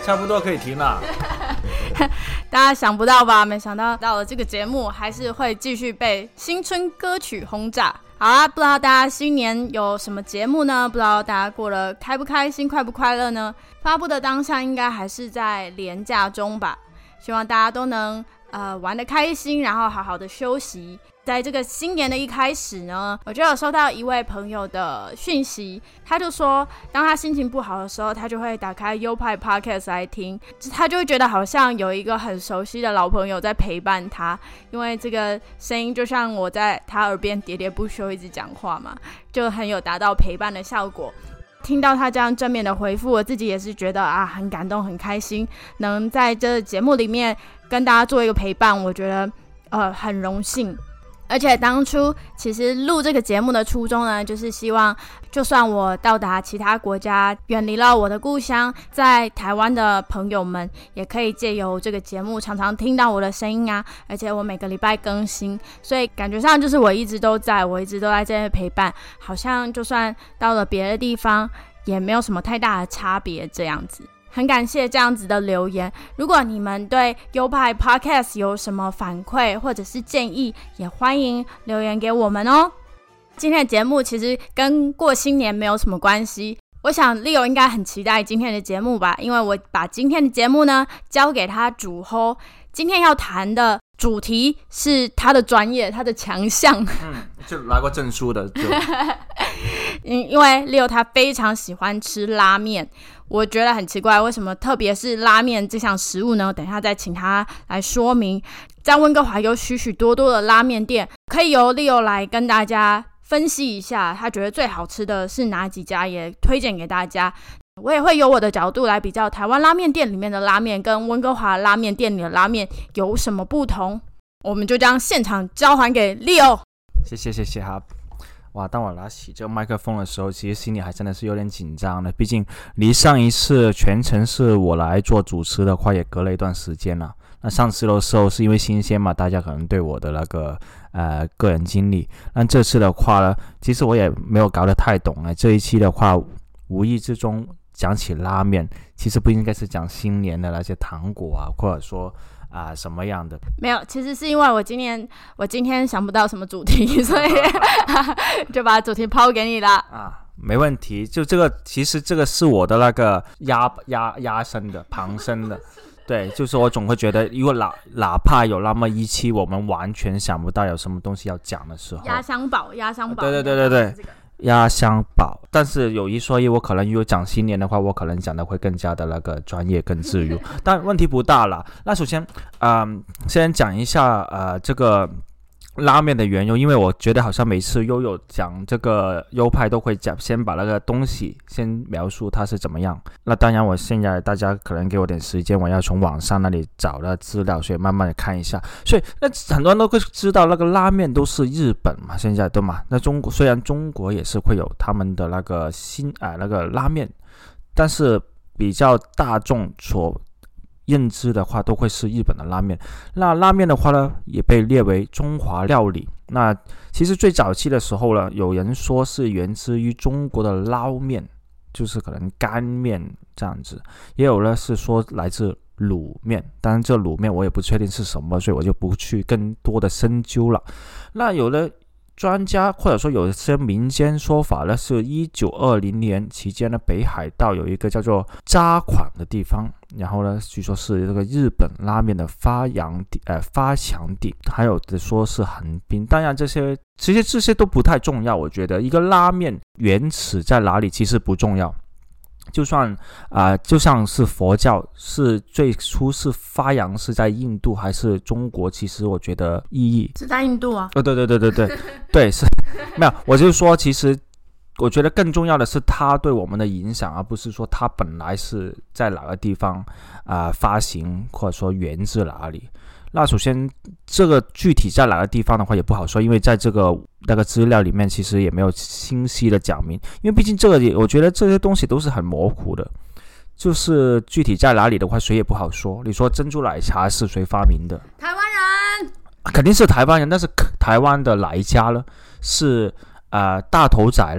差不多可以停了。 大家想不到吧？没想到到了这个节目还是会继续被新春歌曲轰炸。好啦，不知道大家新年有什么节目呢？不知道大家过得开不开心、快不快乐呢？发布的当下应该还是在连假中吧，希望大家都能玩得开心，然后好好的休息。在这个新年的一开始呢，我就有收到一位朋友的讯息，他就说当他心情不好的时候，他就会打开优派 Podcast 来听，他就会觉得好像有一个很熟悉的老朋友在陪伴他，因为这个声音就像我在他耳边喋喋不休一直讲话嘛，就很有达到陪伴的效果。听到他这样正面的回复，我自己也是觉得很感动很开心，能在这节目里面跟大家做一个陪伴，我觉得很荣幸。而且当初其实录这个节目的初衷呢，就是希望就算我到达其他国家，远离了我的故乡，在台湾的朋友们也可以借由这个节目常常听到我的声音啊，而且我每个礼拜更新，所以感觉上就是我一直都在这边陪伴，好像就算到了别的地方也没有什么太大的差别这样子。很感谢这样子的留言，如果你们对优派 Podcast 有什么反馈或者是建议，也欢迎留言给我们哦。今天的节目其实跟过新年没有什么关系，我想 Leo 应该很期待今天的节目吧，因为我把今天的节目呢交给他主 hold， 今天要谈的主题是他的专业，他的强项， 就拿过证书的就因为 Leo 他非常喜欢吃拉面，我觉得很奇怪，为什么特别是拉面这项食物呢？等一下再请他来说明。在温哥华有许许多多的拉面店，可以由 Leo 来跟大家分析一下，他觉得最好吃的是哪几家，也推荐给大家。我也会由我的角度来比较台湾拉面店里面的拉面跟温哥华拉面店里的拉面有什么不同。我们就将现场交还给 Leo。 谢谢哈。哇，当我拿起这个麦克风的时候，其实心里还真的是有点紧张的，毕竟离上一次全程是我来做主持的话，也隔了一段时间了。那上次的时候是因为新鲜嘛，大家可能对我的那个个人经历。那这次的话呢，其实我也没有搞得太懂了。这一期的话，无意之中讲起拉面，其实不应该是讲新年的那些糖果啊，或者说什么样的？ 没有，其实是因为我今天想不到什么主题，所以就把主题抛给你了没问题。就这个，其实这个是我的那个压声的旁声的。对，就是我总会觉得，如果哪怕有那么一期我们完全想不到有什么东西要讲的时候， 压箱宝， 对，压箱宝。但是有一说一，我可能如果讲新年的话，我可能讲的会更加的那个专业更自由，但问题不大了。那首先先讲一下这个拉面的缘由，因为我觉得好像每次悠悠讲这个优派都会先把那个东西先描述它是怎么样。那当然我现在大家可能给我点时间，我要从网上那里找了资料，所以慢慢的看一下。所以那很多人都会知道那个拉面都是日本嘛，现在对嘛？那中国虽然中国也是会有他们的那个那个拉面，但是比较大众所认知的话都会是日本的拉面。那拉面的话呢，也被列为中华料理。那其实最早期的时候呢，有人说是源自于中国的捞面，就是可能干面这样子，也有呢是说来自卤面，当然这卤面我也不确定是什么，所以我就不去更多的深究了。那有的专家或者说有些民间说法呢，是1920年期间呢，北海道有一个叫做札幌的地方，然后呢据说是这个日本拉面的发祥地，还有的说是横滨。当然这些都不太重要，我觉得一个拉面原始在哪里其实不重要。就算就像是佛教是最初是发扬是在印度还是中国，其实我觉得意义是在印度啊。 对是没有，我就说其实我觉得更重要的是它对我们的影响，而不是说它本来是在哪个地方发行或者说源自哪里。那首先这个具体在哪个地方的话也不好说，因为在那个资料里面其实也没有清晰的讲明，因为毕竟这个我觉得这些东西都是很模糊的，就是具体在哪里的话谁也不好说。你说珍珠奶茶是谁发明的？ 台湾人， 肯定是台湾人，但是台湾的哪一家呢？是大头仔呢，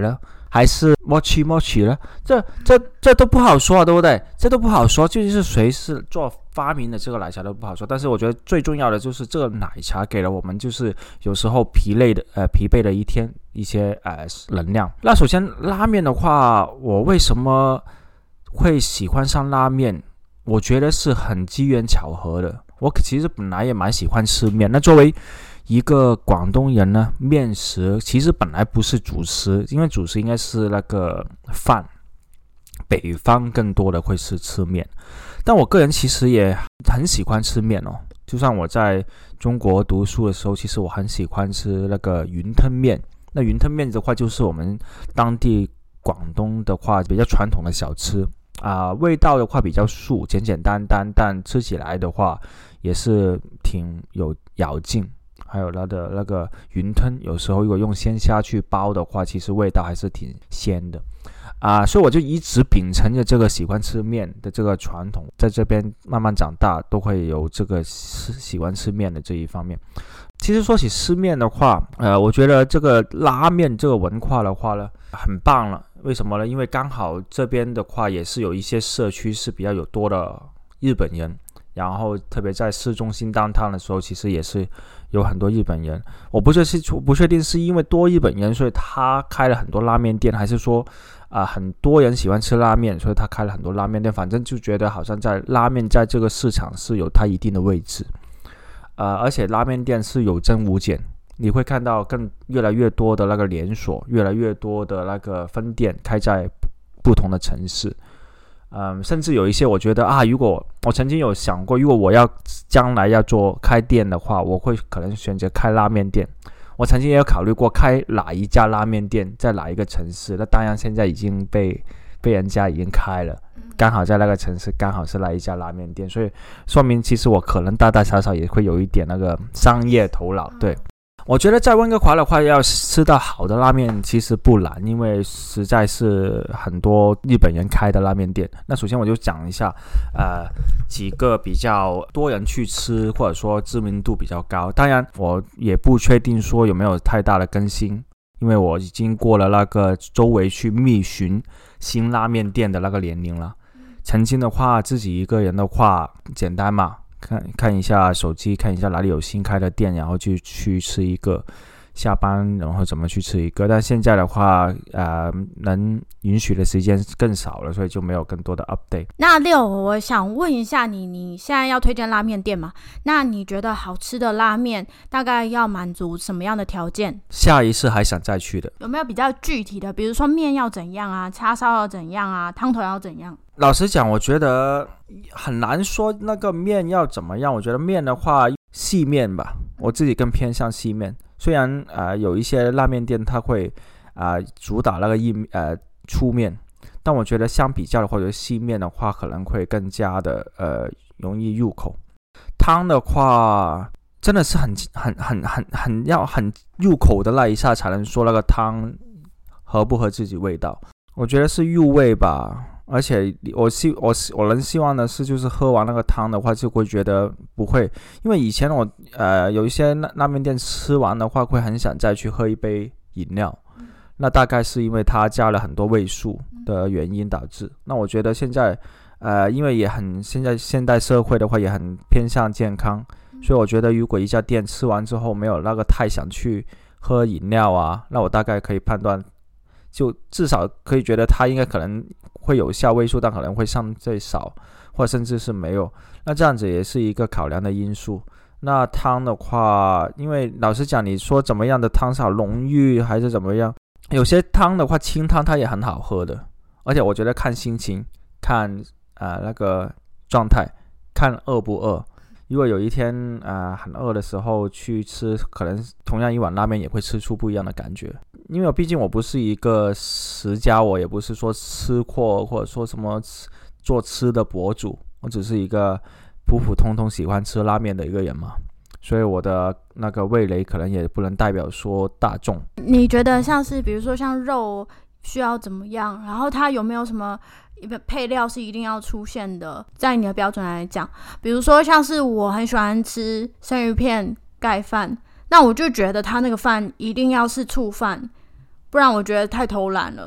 还是 mochi 呢？这都不好说，对不对？这都不好说，究竟是谁是做发明的这个奶茶都不好说。但是我觉得最重要的就是这个奶茶给了我们就是有时候疲惫的一天一些能量。那首先拉面的话，我为什么会喜欢上拉面？我觉得是很机缘巧合的。我其实本来也蛮喜欢吃面，那作为一个广东人呢，面食其实本来不是主食，因为主食应该是那个饭，北方更多的会是吃面。但我个人其实也很喜欢吃面哦，就像我在中国读书的时候，其实我很喜欢吃那个云吞面。那云吞面的话，就是我们当地广东的话比较传统的小吃味道的话比较素，简简单单，但吃起来的话也是挺有咬劲。还有它的那个云吞，有时候如果用鲜虾去包的话，其实味道还是挺鲜的所以我就一直秉承着这个喜欢吃面的这个传统，在这边慢慢长大，都会有这个喜欢吃面的这一方面。其实说起吃面的话，我觉得这个拉面这个文化的话呢，很棒了。为什么呢？因为刚好这边的话也是有一些社区是比较有多的日本人，然后特别在市中心downtown的时候，其实也是有很多日本人。我不确定是因为多日本人，所以他开了很多拉面店，还是说很多人喜欢吃拉面，所以他开了很多拉面店。反正就觉得好像在拉面在这个市场是有它一定的位置，而且拉面店是有增无减。你会看到越来越多的那个连锁，越来越多的那个分店开在不同的城市。甚至有一些我觉得如果我曾经有想过，如果我将来要开店的话，我会可能选择开拉面店。我曾经也有考虑过开哪一家拉面店在哪一个城市，那当然现在已经被人家已经开了，刚好在那个城市刚好是那一家拉面店，所以说明其实我可能大大小小也会有一点那个商业头脑。对，我觉得在温哥华的话，要吃到好的拉面其实不难，因为实在是很多日本人开的拉面店。那首先我就讲一下几个比较多人去吃，或者说知名度比较高。当然我也不确定说有没有太大的更新，因为我已经过了那个周围去觅寻新拉面店的那个年龄了。曾经的话自己一个人的话简单嘛，看一下手机，看一下哪里有新开的店，然后就去吃一个，下班然后怎么去吃一个。但现在的话能允许的时间更少了，所以就没有更多的 update。 那六，我想问一下你现在要推荐拉面店吗？那你觉得好吃的拉面大概要满足什么样的条件？ 下一次还想再去的有没有比较具体的，比如说面要怎样啊，叉烧要怎样啊，汤头要怎样？ 老实讲，我觉得很难说那个面要怎么样。我觉得面的话，细面吧，我自己更偏向细面。虽然有一些拉面店它会主打那个粗面，但我觉得相比较的话，我觉得细面的话可能会更加的容易入口。汤的话真的是要很入口的那一下才能说那个汤合不合自己味道。我觉得是入味吧。而且我能希望的是，就是喝完那个汤的话，就会觉得不会，因为以前我有一些拉面店吃完的话，会很想再去喝一杯饮料，那大概是因为它加了很多味素的原因导致。那我觉得现在因为现在现代社会的话也很偏向健康，所以我觉得如果一家店吃完之后没有那个太想去喝饮料那我大概可以判断，就至少可以觉得它应该可能会有效味素，但可能会相对少，或者甚至是没有。那这样子也是一个考量的因素。那汤的话，因为老实讲，你说怎么样的汤是好浓郁还是怎么样，有些汤的话清汤它也很好喝的。而且我觉得看心情，看那个状态，看饿不饿。如果有一天很饿的时候去吃，可能同样一碗拉面也会吃出不一样的感觉。因为毕竟我不是一个食家，我也不是说吃货或者说什么做吃的博主，我只是一个普普通通喜欢吃拉面的一个人嘛，所以我的那个味蕾可能也不能代表说大众。 你觉得像是比如说像肉需要怎么样，然后它有没有什么配料是一定要出现的，在你的标准来讲，比如说像是我很喜欢吃生鱼片盖饭，那我就觉得它那个饭一定要是醋饭，不然我觉得太偷懒了。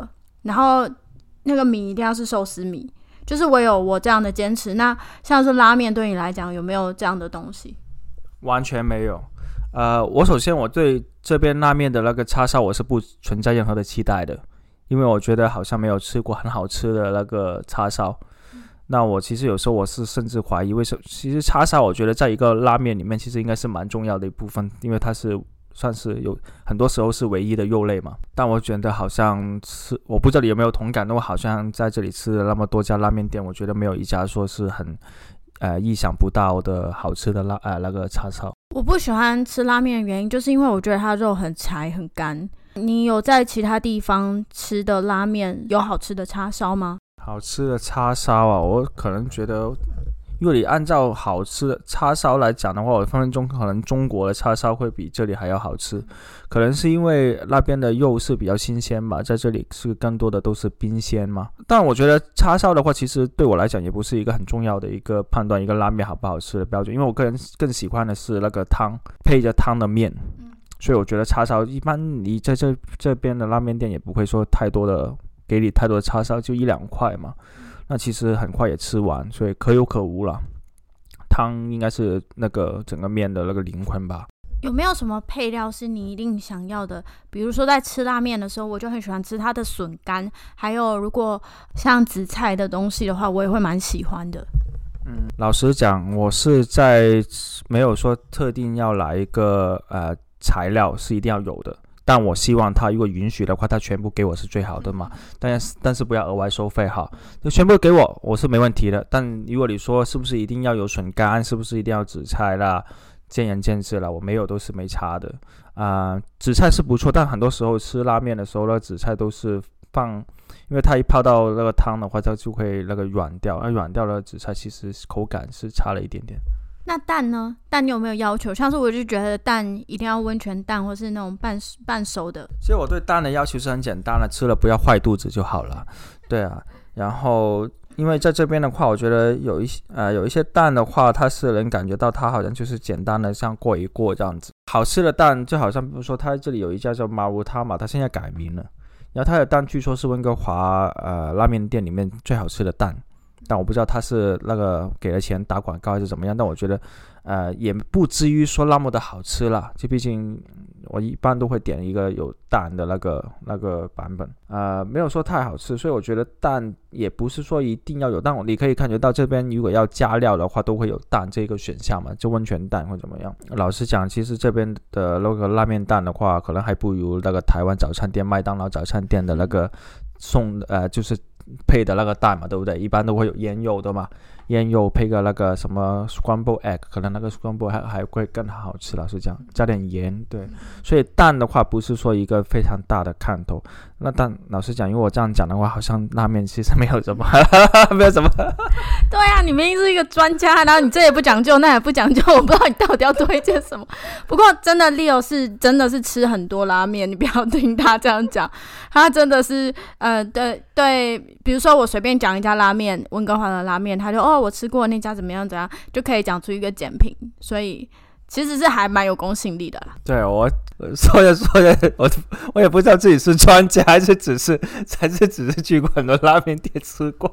然后那个米一定要是寿司米，就是我有我这样的坚持。那像是拉面对你来讲有没有这样的东西？ 完全没有。首先我对这边拉面的那个叉烧我是不存在任何的期待的，因为我觉得好像没有吃过很好吃的那个叉烧。那我其实有时候我是甚至怀疑为什么，其实叉烧我觉得在一个拉面里面其实应该是蛮重要的一部分，因为它是算是有很多时候是唯一的肉类嘛。但我觉得好像吃，我不知道你有没有同感，我好像在这里吃了那么多家拉面店，我觉得没有一家说是很意想不到的好吃的那个叉烧。 我不喜欢吃拉面的原因就是因为我觉得它肉很柴很干。你有在其他地方吃的拉面有好吃的叉烧吗？ 好吃的叉烧啊，我可能觉得如果你按照好吃的叉烧来讲的话，我分分钟可能中国的叉烧会比这里还要好吃，可能是因为那边的肉是比较新鲜吧，在这里是更多的都是冰鲜嘛。但我觉得叉烧的话其实对我来讲也不是一个很重要的一个判断一个拉面好不好吃的标准，因为我个人更喜欢的是那个汤配着汤的面，所以我觉得叉烧一般你在这边的拉面店也不会说太多的给你太多的叉烧，就1-2块嘛，那其实很快也吃完，所以可有可无了。汤应该是那个整个面的那个灵魂吧。 有没有什么配料是你一定想要的？比如说在吃拉面的时候，我就很喜欢吃它的笋干，还有如果像紫菜的东西的话，我也会蛮喜欢的。 老实讲，我是在没有说特定要来一个材料是一定要有的，但我希望他如果允许的话，他全部给我是最好的嘛。但是不要额外收费哈，就全部给我是没问题的。但如果你说是不是一定要有笋干，是不是一定要紫菜啦，见仁见智啦，我没有都是没差的。紫菜是不错，但很多时候吃拉面的时候呢，紫菜都是放，因为它一泡到那个汤的话，它就会那个软掉，软掉的紫菜其实口感是差了一点点。 那蛋呢？蛋你有没有要求？像是我就觉得蛋一定要温泉蛋，或是那种半熟的。 其实我对蛋的要求是很简单的，吃了不要坏肚子就好了。对啊，然后因为在这边的话，我觉得有一些蛋的话，它是能感觉到它好像就是简单的像过一过这样子。好吃的蛋就好像比如说它这里有一家叫马如他嘛，它现在改名了，然后它的蛋据说是温哥华拉面店里面最好吃的蛋。但我不知道他是那个给了钱打广告还是怎么样，但我觉得也不至于说那么的好吃啦，就毕竟我一般都会点一个有蛋的那个版本，没有说太好吃，所以我觉得蛋也不是说一定要有，但你可以感觉到这边如果要加料的话都会有蛋这个选项嘛，就温泉蛋或怎么样。老实讲，其实这边的那个拉面蛋的话，可能还不如那个台湾早餐店麦当劳早餐店的那个就是配的那个蛋嘛，对不对？一般都会有腌肉的嘛，腌肉配个那个什么 scramble egg， 可能那个 scramble 还会更好吃，老实讲，加点盐，对。所以蛋的话不是说一个非常大的看头。那但老实讲，因为我这样讲的话，好像拉面其实没有什么，没有什么。 对啊，你明明是一个专家，然后你这也不讲究，那也不讲究，我不知道你到底要推荐什么。不过真的 Leo 是真的是吃很多拉面，你不要听他这样讲，他真的是对，比如说我随便讲一家拉面，温哥华的拉面，他就我吃过那家怎么样怎样，就可以讲出一个简评，所以其实是还蛮有公信力的啦。 对，我说着我也不知道自己是专家还是只是去过很多拉面店吃过。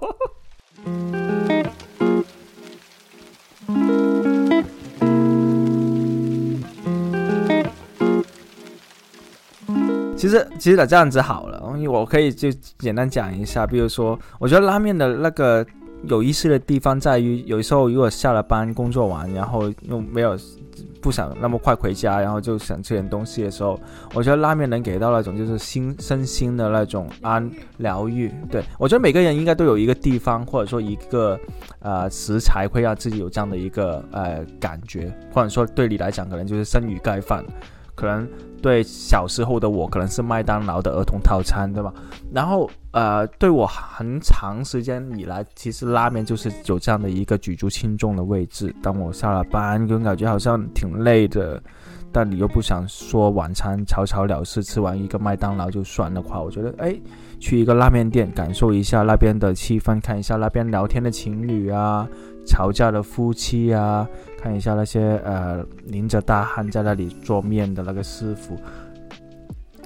其实这样子好了，因为我可以就简单讲一下，比如说我觉得拉面的那个有意思的地方在于，有时候如果下了班工作完，然后又不想那么快回家，然后就想吃点东西的时候，我觉得拉面能给到那种就是身心的那种疗愈。对，我觉得每个人应该都有一个地方或者说一个食材会让自己有这样的一个感觉，或者说对你来讲可能就是生鱼盖饭，可能对小时候的我可能是麦当劳的儿童套餐，对吧？然后对我很长时间以来，其实拉面就是有这样的一个举足轻重的位置。当我下了班，就感觉好像挺累的，但你又不想说晚餐草草了事，吃完一个麦当劳就算的话，我觉得去一个拉面店感受一下那边的气氛，看一下那边聊天的情侣啊，吵架的夫妻啊，看一下那些淋着大汗在那里做面的那个师傅，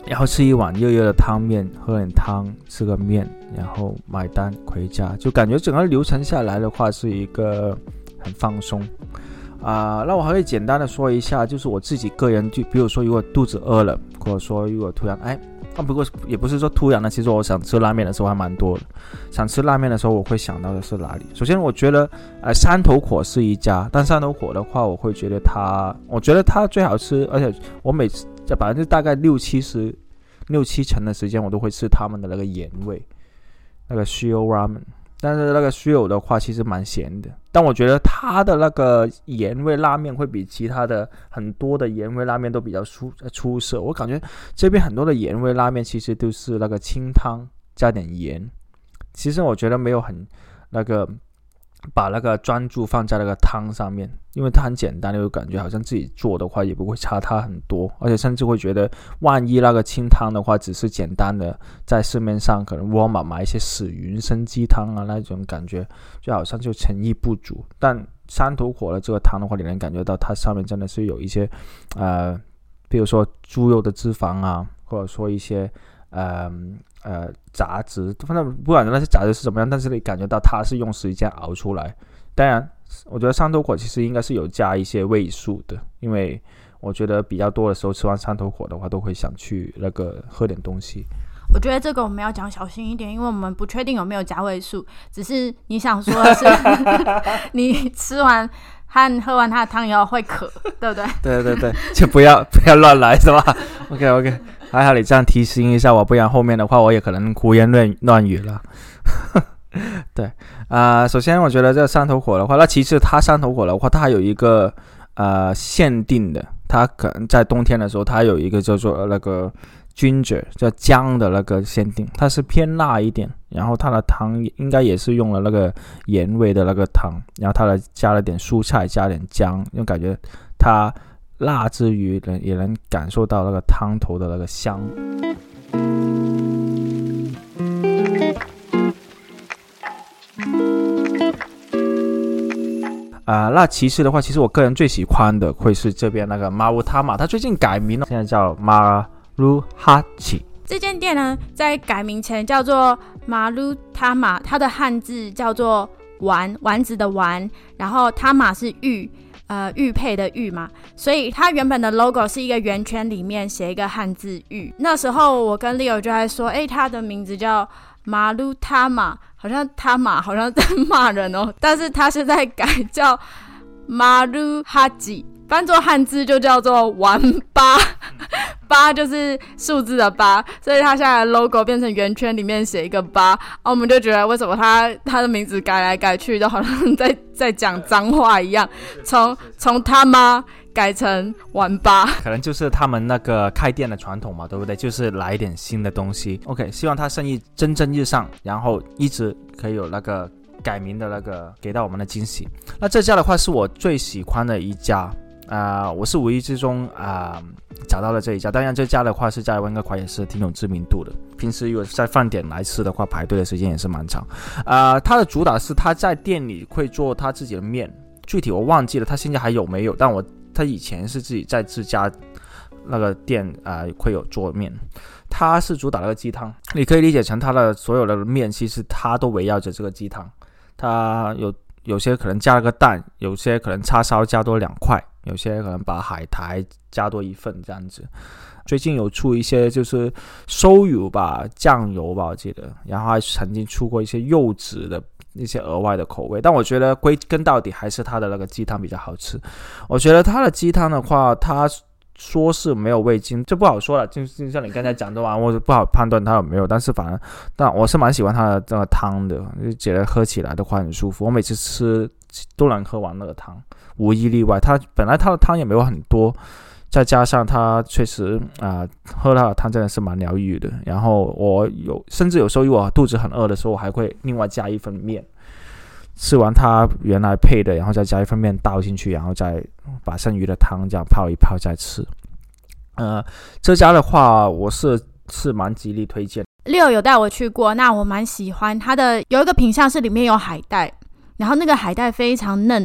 然后吃一碗热热的汤面，喝点汤，吃个面，然后买单回家，就感觉整个流程下来的话是一个很放松。那我还会简单的说一下，就是我自己个人，就比如说如果肚子饿了，或者说如果突然不过也不是说突然的，其实我想吃拉面的时候还蛮多的。想吃拉面的时候，我会想到的是哪里？首先，我觉得山头火是一家，但山头火的话，我会觉得它最好吃，而且我每次大概6-7成的时间，我都会吃他们的那个盐味，那个 Shio Ramen。但是那个 Shio 的话其实蛮咸的，但我觉得它的那个盐味拉面会比其他的很多的盐味拉面都比较出色。我感觉这边很多的盐味拉面其实都是那个清汤加点盐，其实我觉得没有很那个把那个专注放在那个汤上面，因为它很简单，就感觉好像自己做的话也不会差它很多，而且甚至会觉得万一那个清汤的话只是简单的在市面上可能沃尔玛买一些死云参鸡汤啊，那种感觉就好像就诚意不足。但山头火的这个汤的话，你能感觉到它上面真的是有一些比如说猪肉的脂肪啊，或者说一些杂质，反正不管那些杂质是怎么样，但是你感觉到它是用时间熬出来。当然我觉得山头火其实应该是有加一些味素的，因为我觉得比较多的时候吃完山头火的话都会想去那个喝点东西。 我觉得这个我们要讲小心一点，因为我们不确定有没有加味素，只是你想说的是你吃完和喝完它的汤以后会渴，对不对？ 对对对，就不要乱来是吧？ OK， 还好你这样提醒一下我，不然后面的话我也可能胡言乱语了。对首先我觉得这山头火的话，那其次它山头火的话，它还有一个限定的，它可能在冬天的时候它有一个叫做那个 ginger 叫姜的那个限定，它是偏辣一点，然后它的汤应该也是用了那个盐味的那个汤，然后它加了点蔬菜，加点姜，因为感觉它辣之余也能感受到那个汤头的那个香。那其次的话，其实我个人最喜欢的会是这边那个马乌塔玛，它最近改名了，现在叫马鲁哈奇。 这间店呢，在改名前叫做马鲁塔玛，它的汉字叫做丸子的丸，然后塔玛是玉配的玉嘛，所以它原本的 logo 是一个圆圈里面写一个汉字玉。那时候我跟 Leo 就在说，它的名字叫马鲁塔玛，好像他玛好像在骂人哦，但是他现在改叫马鲁哈吉，翻作汉字就叫做丸八，八就是数字的八，所以他现在的 logo 变成圆圈里面写一个八，我们就觉得为什么他的名字改来改去都好像在讲脏话一样，从他妈改成丸八， 可能就是他们那个开店的传统嘛，对不对？就是来一点新的东西。 OK， 希望他生意蒸蒸日上，然后一直可以有那个改名的那个给到我们的惊喜。那这家的话是我最喜欢的一家我是无意之中找到了这一家，当然这家的话是在温哥华也是挺有知名度的，平时如果在饭点来吃的话排队的时间也是蛮长。他的主打是他在店里会做他自己的面，具体我忘记了他现在还有没有，但他以前是自己在自家那个店会有做面。他是主打那个鸡汤，你可以理解成他的所有的面其实他都围绕着这个鸡汤，他有些可能加了个蛋，有些可能叉烧加多2块，有些可能把海苔加多1份这样子。最近有出一些就是收油吧，酱油吧我记得，然后还曾经出过一些柚子的一些额外的口味，但我觉得归根到底还是它的那个鸡汤比较好吃。我觉得它的鸡汤的话，它说是没有味精，这不好说了，就像你刚才讲的完，我不好判断它有没有，但我是蛮喜欢它的这个汤的，就觉得喝起来的话很舒服，我每次吃都能喝完那个汤，无一例外。本来它的汤也没有很多，再加上它确实喝它的汤真的是蛮疗愈的。然后甚至有时候如果肚子很饿的时候，我还会另外加一份面，吃完它原来配的，然后再加一份面倒进去，然后再把剩余的汤这样泡一泡再吃。这家的话我是蛮极力推荐。 Leo有带我去过，那我蛮喜欢它的，有一个品项是里面有海带，然后那个海带非常嫩，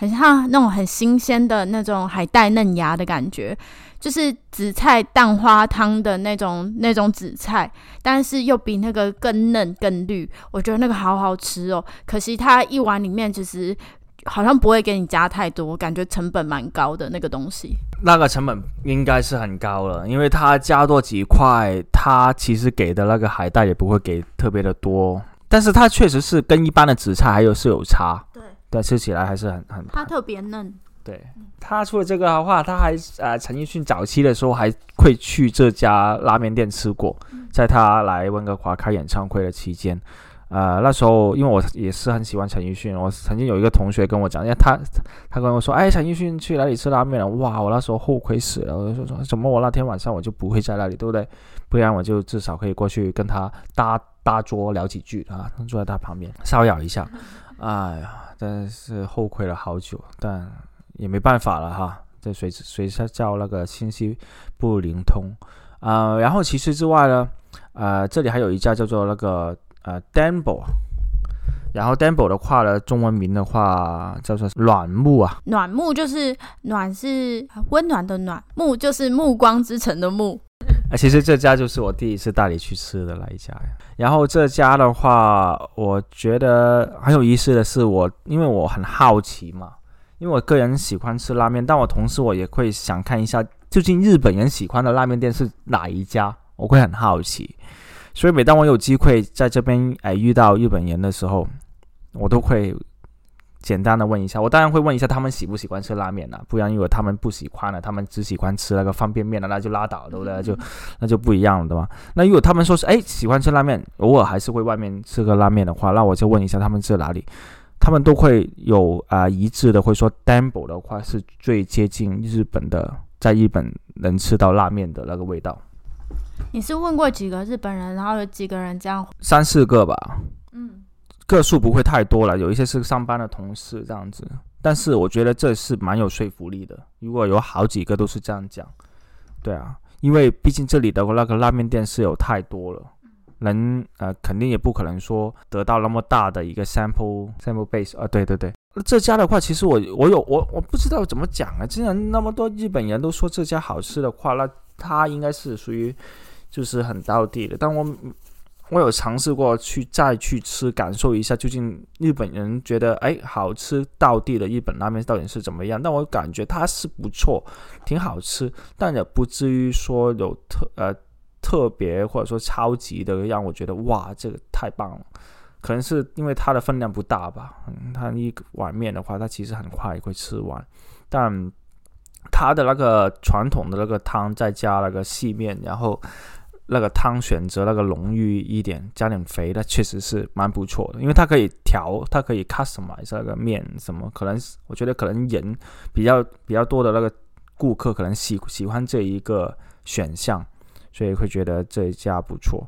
很像那种很新鲜的那种海带嫩芽的感觉，就是紫菜蛋花汤的那种紫菜，但是又比那个更嫩更绿，我觉得那个好好吃哦。可惜它一碗里面其实好像不会给你加太多，感觉成本蛮高的那个东西。 那个成本应该是很高了，因为它加多几块，它其实给的那个海带也不会给特别的多，但是它确实是跟一般的紫菜是有差。对，吃起来还是很它特别嫩。 对，他除了这个的话，他还陈奕迅早期的时候还会去这家拉面店吃过，在他来温哥华开演唱会的期间。那时候因为我也是很喜欢陈奕迅，我曾经有一个同学跟我讲，因为他跟我说，哎，陈奕迅去哪里吃拉面了？哇，我那时候后悔死了，我就说怎么我那天晚上我就不会在那里，对不对？不然我就至少可以过去跟他搭桌聊几句啊，坐在他旁边骚扰一下。哎呀，真是后悔了好久，但也没办法了哈，这谁叫那个信息不灵通然后其实之外呢，这里还有一家叫做那个Danbo， 然后 Danbo 的话呢，中文名的话叫做暖木啊。 暖木就是暖是温暖的暖，木就是暮光之城的暮。 其实这家就是我第一次带你去吃的那一家。然后这家的话，我觉得很有意思的是因为我很好奇嘛，因为我个人喜欢吃拉面，但我同时我也会想看一下究竟日本人喜欢的拉面店是哪一家，我会很好奇。所以每当我有机会在这边遇到日本人的时候，我都会简单的问一下，我当然会问一下他们喜不喜欢吃拉面啊，不然如果他们不喜欢了，他们只喜欢吃那个方便面了，那就拉倒，对不对？那就不一样了，对吧？那如果他们说是喜欢吃拉面，偶尔还是会外面吃个拉面的话，那我就问一下他们吃哪里，他们都会有一致的会说 Danbo 的话是最接近日本的，在日本能吃到拉面的那个味道。 你是问过几个日本人，然后有几个人这样 ？3-4个吧。个数不会太多了，有一些是上班的同事这样子，但是我觉得这是蛮有说服力的。如果有好几个都是这样讲，对啊，因为毕竟这里的那个拉面店是有太多了，人肯定也不可能说得到那么大的一个 sample base 对。这家的话，其实我不知道怎么讲啊，既然那么多日本人都说这家好吃的话，那它应该是属于就是很道地的，但我有尝试过再去吃，感受一下究竟日本人觉得好吃道地的日本拉面到底是怎么样。但我感觉它是不错，挺好吃，但也不至于说有特别或者说超级的让我觉得哇这个太棒了。可能是因为它的分量不大吧，它一碗面的话它其实很快会吃完，但它的那个传统的那个汤再加那个细面，然后那个汤选择那个浓郁一点，加点肥的，确实是蛮不错的。因为它可以调，它可以 customize 那个面什么，可能我觉得可能人比较多的那个顾客可能喜欢这一个选项，所以会觉得这一家不错。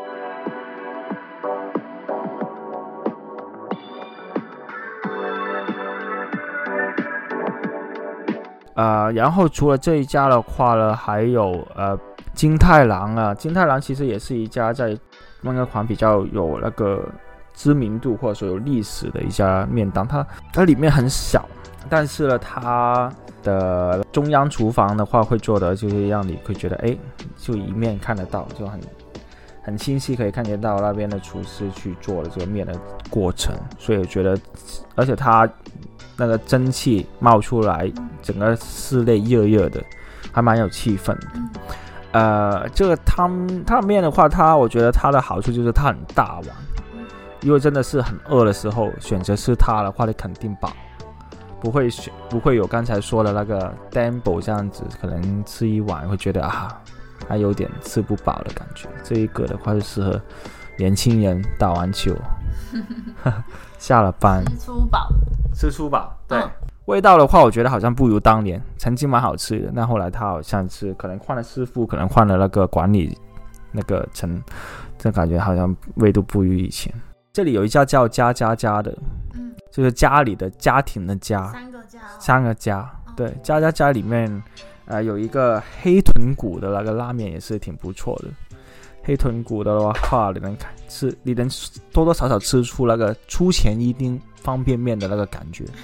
然后除了这一家的话呢，还有金太郎啊，金太郎其实也是一家在温哥华比较有那个知名度或者说有历史的一家面档，它里面很小，但是呢，它的中央厨房的话会做的就是让你会觉得就一面看得到，就很清晰可以看得到那边的厨师去做的这个面的过程，所以我觉得，而且它那个蒸汽冒出来，整个室内热热的，还蛮有气氛的。这个它的面的话，我觉得它的好处就是它很大碗，如果真的是很饿的时候选择吃它的话，你肯定饱，不会有刚才说的那个 Danbo 这样子，可能吃一碗会觉得还有点吃不饱的感觉。这一个的话就适合年轻人打完球下了班吃粗饱，对。味道的话，我觉得好像不如当年，曾经蛮好吃的。那后来他好像是可能换了师傅，可能换了那个管理那个层，这感觉好像味道不如以前。这里有一家叫家的，就是家里的家庭的家，三个家，对，家里面有一个黑豚骨的那个拉面也是挺不错的。黑豚骨的话，你能多多少少吃出那个出前一丁方便面的那个感觉。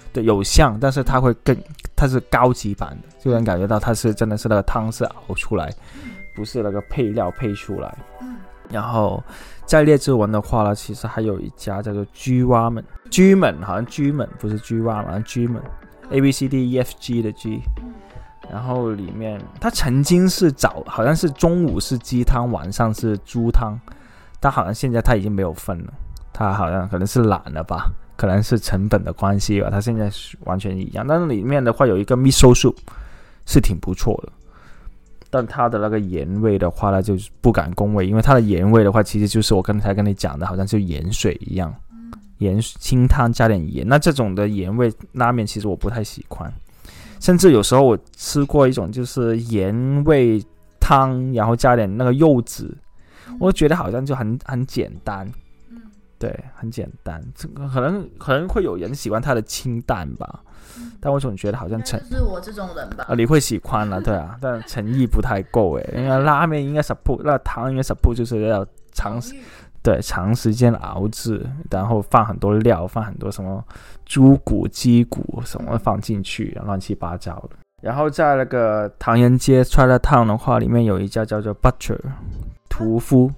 对，有像，但是它是高级版的，就能感觉到它是真的是那个汤是熬出来，不是那个配料配出来。然后在列治文的话呢，其实还有一家叫做居蛙们，好像居们不是居蛙，好像居们 ABCDEFG 的 G。然后里面它曾经是好像是中午是鸡汤，晚上是猪汤，但好像现在它已经没有分了，它好像可能是懒了吧，可能是成本的关系吧，它现在是完全一样。但是里面的话有一个 miso soup 是挺不错的，但它的那个盐味的话呢，就是不敢恭维，因为它的盐味的话，其实就是我刚才跟你讲的，好像就盐水一样，清汤加点盐。那这种的盐味拉面其实我不太喜欢，甚至有时候我吃过一种就是盐味汤，然后加点那个柚子，我觉得好像就很简单。对，很简单，这个可能会有人喜欢它的清淡吧，但我总觉得好像就是我这种人吧。 你会喜欢了，对啊，但诚意不太够诶，因为拉面应该 support 那汤应该 support 就是要长时间熬制，然后放很多料，放很多什么猪骨、鸡骨什么放进去，乱七八糟的。然后在那个唐人街 Chinatown 的话，里面有一家叫做 Butcher 屠夫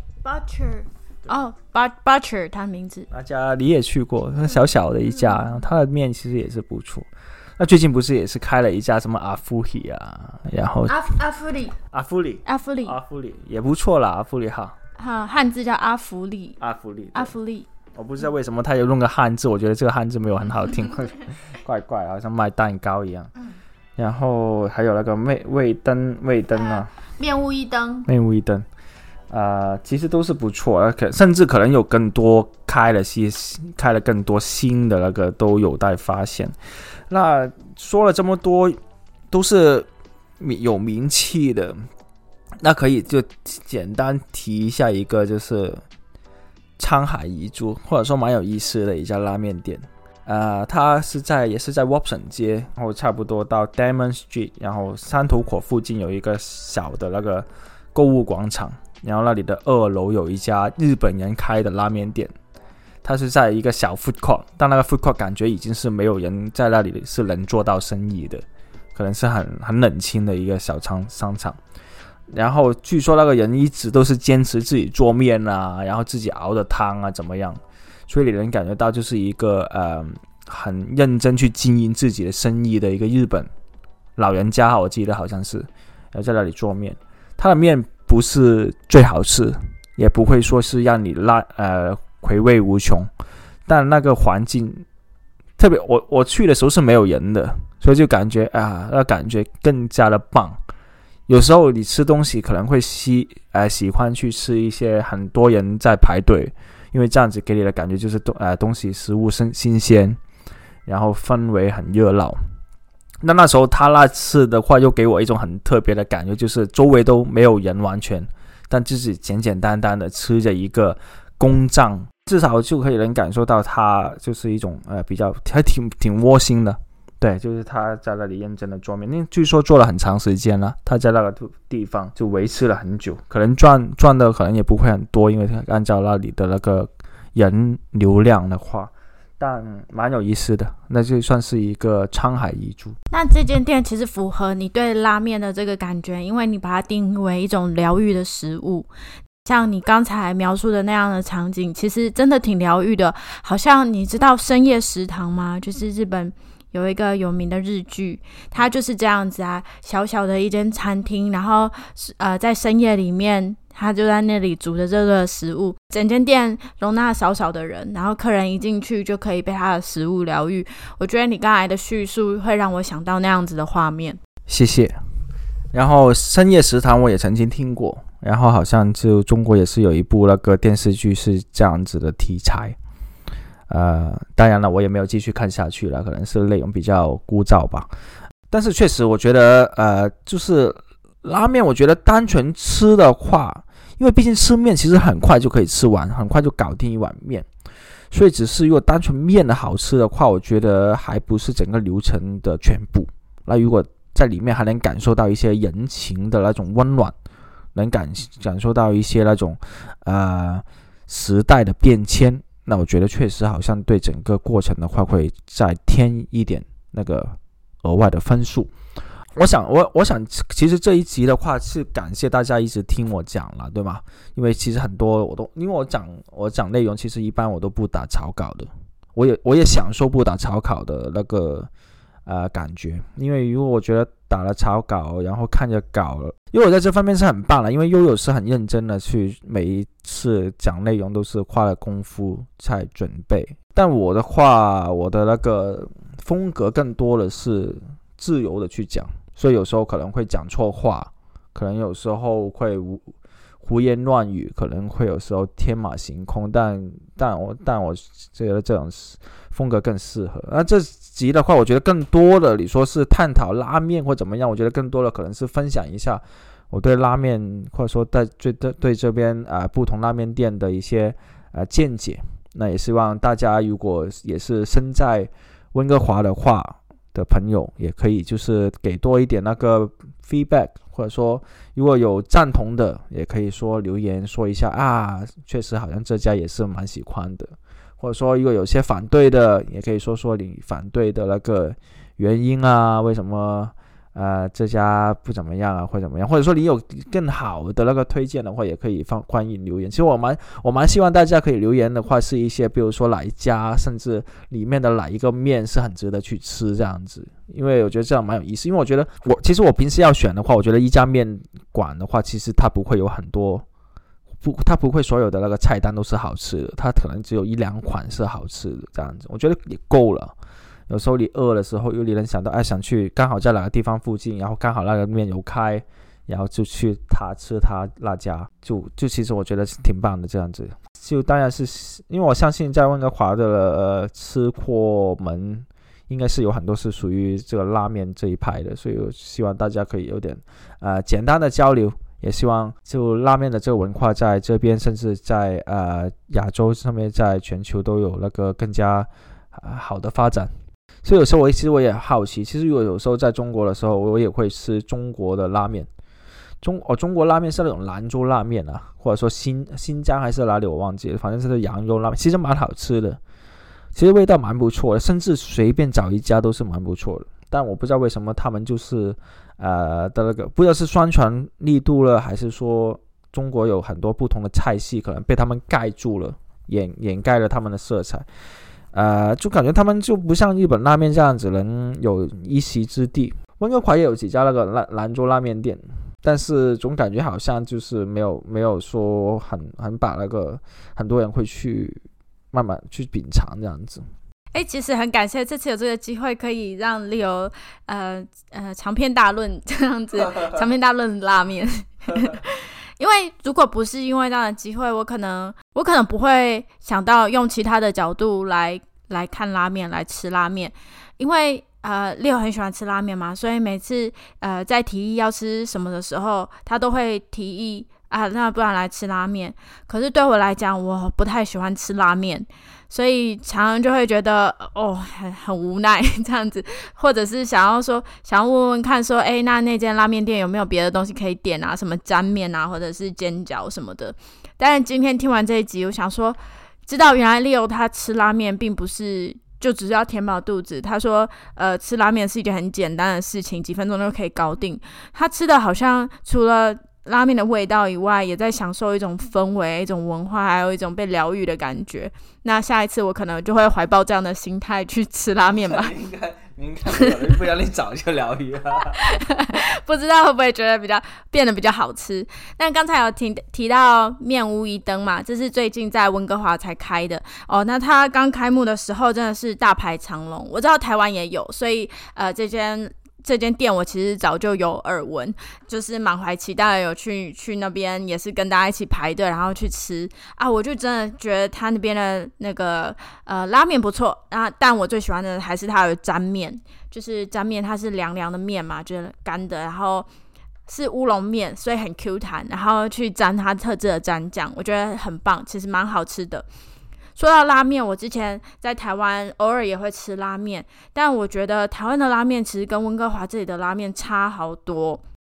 Butcher 他的名字， 那家你也去过，小小的一家，然后他的面其实也是不错。那最近不是也是开了一家什么阿夫里啊，然后阿夫里也不错啦，阿夫里哈， 汉字叫阿夫里， 我不知道为什么他有用个汉字，我觉得这个汉字没有很好听，怪怪，好像卖蛋糕一样。然后还有那个味灯啊， 面屋一灯， 其实都是不错，甚至可能有更多开了更多新的那个都有待发现。那说了这么多都是有名气的，那可以就简单提一下一个，就是沧海遗珠，或者说蛮有意思的一家拉面店。它也是在 Watson 街，然后差不多到 Diamond Street， 然后山头口附近有一个小的那个购物广场，然后那里的2楼有一家日本人开的拉面店，它是在一个小 food court， 但那个 food court 感觉已经是没有人在那里是能做到生意的，可能是很冷清的一个小商场。然后据说那个人一直都是坚持自己做面啊，然后自己熬的汤啊怎么样，所以你能感觉到就是一个很认真去经营自己的生意的一个日本老人家，我记得好像是，然后在那里做面，他的面不是最好吃，也不会说是让你回味无穷，但那个环境特别，我去的时候是没有人的，所以就感觉那感觉更加的棒。有时候你吃东西可能会喜欢去吃一些很多人在排队，因为这样子给你的感觉就是东西食物新鲜，然后氛围很热闹。那时候他那次的话又给我一种很特别的感觉，就是周围都没有人完全，但就是简简单单的吃着一个公账，至少就可以能感受到他就是一种比较还挺窝心的。对，就是他在那里认真的做面，因为据说做了很长时间了，他在那个地方就维持了很久，可能赚的可能也不会很多，因为按照那里的那个人流量的话，但蛮有意思的，那就算是一个沧海遗珠。 那这间店其实符合你对拉面的这个感觉，因为你把它定义为一种疗愈的食物，像你刚才描述的那样的场景，其实真的挺疗愈的。好像你知道深夜食堂吗？就是日本有一个有名的日剧，它就是这样子啊，小小的一间餐厅，然后在深夜里面他就在那里煮着这个食物，整间店容纳少少的人，然后客人一进去就可以被他的食物疗愈。我觉得你刚才的叙述会让我想到那样子的画面。 谢谢。然后深夜食堂我也曾经听过，然后好像就中国也是有一部那个电视剧是这样子的题材。当然了，我也没有继续看下去了，可能是内容比较枯燥吧。但是确实我觉得就是拉面，我觉得单纯吃的话，因为毕竟吃面其实很快就可以吃完，很快就搞定一碗面，所以只是如果单纯面的好吃的话，我觉得还不是整个流程的全部。那如果在里面还能感受到一些人情的那种温暖，能感受到一些那种时代的变迁， 那我觉得确实好像对整个过程的话会再添一点那个额外的分数。我想其实这一集的话是感谢大家一直听我讲了，对吗？因为其实很多因为我讲内容，其实一般我都不打草稿的，我也享受不打草稿的那个感觉，因为如果我觉得打了草稿，然后看着稿，因为我在这方面是很棒的，因为悠悠是很认真的去每一次讲内容都是花了功夫在准备，但我的话，我的那个风格更多的是自由的去讲，所以有时候可能会讲错话，可能有时候会胡言乱语，可能会有时候天马行空，但我觉得这种风格更适合。那这集的话，我觉得更多的你说是探讨拉面或怎么样，我觉得更多的可能是分享一下我对拉面或者说对这边不同拉面店的一些见解。那也希望大家如果也是身在温哥华的话的朋友，也可以就是给多一点那个 feedback， 或者说如果有赞同的，也可以说留言说一下确实好像这家也是蛮喜欢的，或者说如果有些反对的，也可以说你反对的那个原因为什么这家不怎么样或者怎么样，或者说你有更好的那个推荐的话，也可以欢迎留言。其实我蛮希望大家可以留言的话，是一些比如说哪一家，甚至里面的哪一个面是很值得去吃这样子，因为我觉得这样蛮有意思。因为我觉得其实我平时要选的话，我觉得一家面馆的话，其实它不会有很多它不会所有的那个菜单都是好吃的，它可能只有1-2款是好吃的这样子，我觉得也够了。有时候你饿的时候，又你能想到想去刚好在哪个地方附近，然后刚好那个面有开，然后就去吃它那家，就其实我觉得是挺棒的这样子。就当然是因为我相信在温哥华的吃货们应该是有很多是属于这个拉面这一派的，所以我希望大家可以有点简单的交流，也希望就拉面的这个文化在这边，甚至在亚洲上面，在全球都有那个更加好的发展。所以有时候其实我也好奇，其实如果有时候在中国的时候，我也会吃中国的拉面。中国拉面是那种兰州拉面或者说新疆还是哪里我忘记了，反正是扬州拉面，其实蛮好吃的，其实味道蛮不错的，甚至随便找一家都是蛮不错的。但我不知道为什么他们就是的那个，不知道是宣传力度了，还是说中国有很多不同的菜系可能被他们盖住了，掩盖了他们的色彩。就感觉他们就不像日本拉面这样子能有一席之地。温哥华也有几家那个兰州拉面店，但是总感觉好像就是没有说很把那个很多人会去慢慢去品尝这样子。 其实很感谢这次有这个机会可以让 Leo 长篇大论这样子长篇大论拉面因为如果不是因为这样的机会，我可能不会想到用其他的角度来看拉面，来吃拉面。因为Leo 很喜欢吃拉面嘛，所以每次在提议要吃什么的时候，他都会提议那不然来吃拉面。可是对我来讲，我不太喜欢吃拉面，所以常常就会觉得很无奈这样子，或者是想要问问看说那间拉面店有没有别的东西可以点什么沾面或者是煎饺什么的。但是今天听完这一集，我想说知道原来 Leo 他吃拉面并不是就只是要填饱肚子，他说吃拉面是一件很简单的事情，几分钟就可以搞定。他吃的好像除了拉面的味道以外，也在享受一种氛围，一种文化，还有一种被疗愈的感觉。那下一次我可能就会怀抱这样的心态去吃拉面吧。 应该不然你早就疗愈了不知道会不会觉得变得比较好吃。那刚才有提到面屋一灯嘛，这是最近在温哥华才开的那它刚开幕的时候真的是大排长龙，我知道台湾也有，所以这间店我其实早就有耳闻，就是满怀期待有去那边，也是跟大家一起排队然后去吃我就真的觉得他那边的那个拉面不错但我最喜欢的还是他的沾面，就是沾面它是凉凉的面嘛，就是干的，然后是乌龙面，所以很 Q 弹，然后去沾它特制的蘸酱，我觉得很棒，其实蛮好吃的。说到拉面，我之前在台湾偶尔也会吃拉面，但我觉得台湾的拉面其实跟温哥华这里的拉面差好多。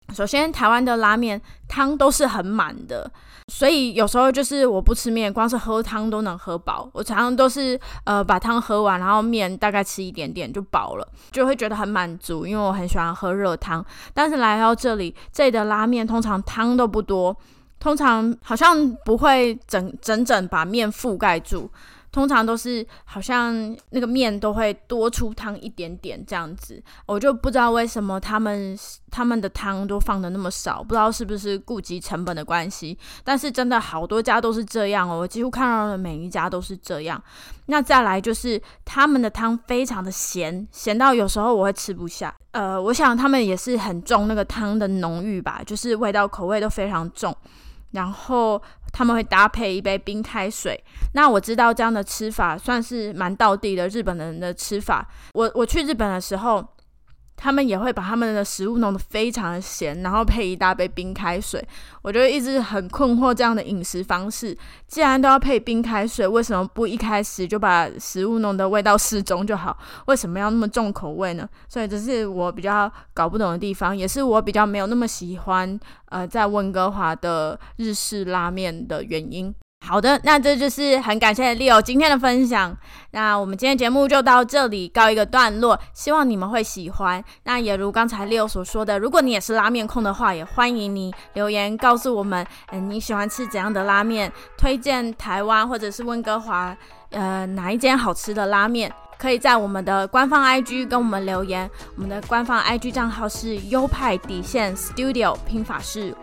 首先台湾的拉面汤都是很满的，所以有时候就是我不吃面，光是喝汤都能喝饱。我常常都是把汤喝完，然后面大概吃一点点就饱了，就会觉得很满足，因为我很喜欢喝热汤。但是来到这里的拉面通常汤都不多，通常好像不会整把面覆盖住，通常都是好像那个面都会多出汤一点点这样子。我就不知道为什么他们的汤都放的那么少，不知道是不是顾及成本的关系，但是真的好多家都是这样哦，我几乎看到的每一家都是这样。那再来就是他们的汤非常的咸到有时候我会吃不下。我想他们也是很重那个汤的浓郁吧，就是味道口味都非常重，然后他们会搭配一杯冰开水。那我知道这样的吃法算是蛮道地的日本人的吃法。我去日本的时候，他们也会把他们的食物弄得非常的咸，然后配一大杯冰开水。我就一直很困惑这样的饮食方式，既然都要配冰开水，为什么不一开始就把食物弄得味道适中就好？为什么要那么重口味呢？所以这是我比较搞不懂的地方，也是我比较没有那么喜欢在温哥华的日式拉面的原因。好的，那这就是很感谢 Leo 今天的分享。那我们今天节目就到这里告一个段落，希望你们会喜欢。那也如刚才 Leo 所说的，如果你也是拉面控的话，也欢迎你留言告诉我们，你喜欢吃怎样的拉面，推荐台湾或者是温哥华哪一间好吃的拉面，可以在我们的官方 IG 跟我们留言。我们的官方 IG 账号是优派_Studio， 拼法是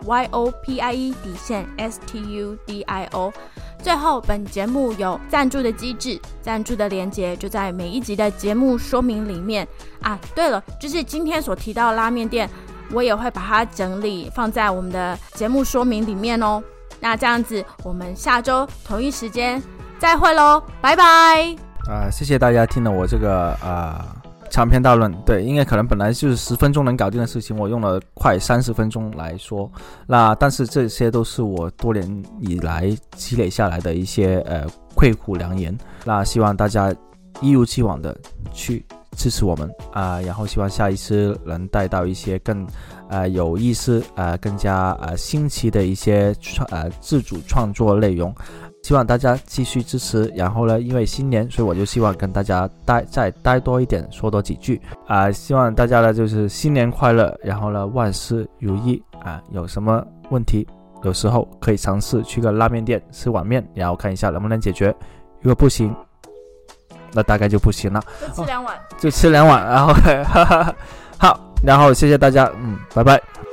YOPIE_STUDIO。最后，本节目有赞助的机制，赞助的连结就在每一集的节目说明里面啊。对了，就是今天所提到的拉面店，我也会把它整理放在我们的节目说明里面哦。那这样子，我们下周同一时间再会咯，拜拜。 谢谢大家听了我这个长篇大论。对，因为可能本来就是10分钟能搞定的事情，我用了快30分钟来说。但是这些都是我多年以来积累下来的一些馈苦良言。那希望大家一如既往的去支持我们然后希望下一次能带到一些更有意思更加新奇的一些自主创作内容。希望大家继续支持，然后呢，因为新年，所以我就希望跟大家再待多一点，说多几句希望大家呢就是新年快乐，然后呢万事如意有什么问题，有时候可以尝试去个拉面店吃碗面，然后看一下能不能解决。如果不行，那大概就不行了， 就吃2碗， 然后好，然后谢谢大家，拜拜。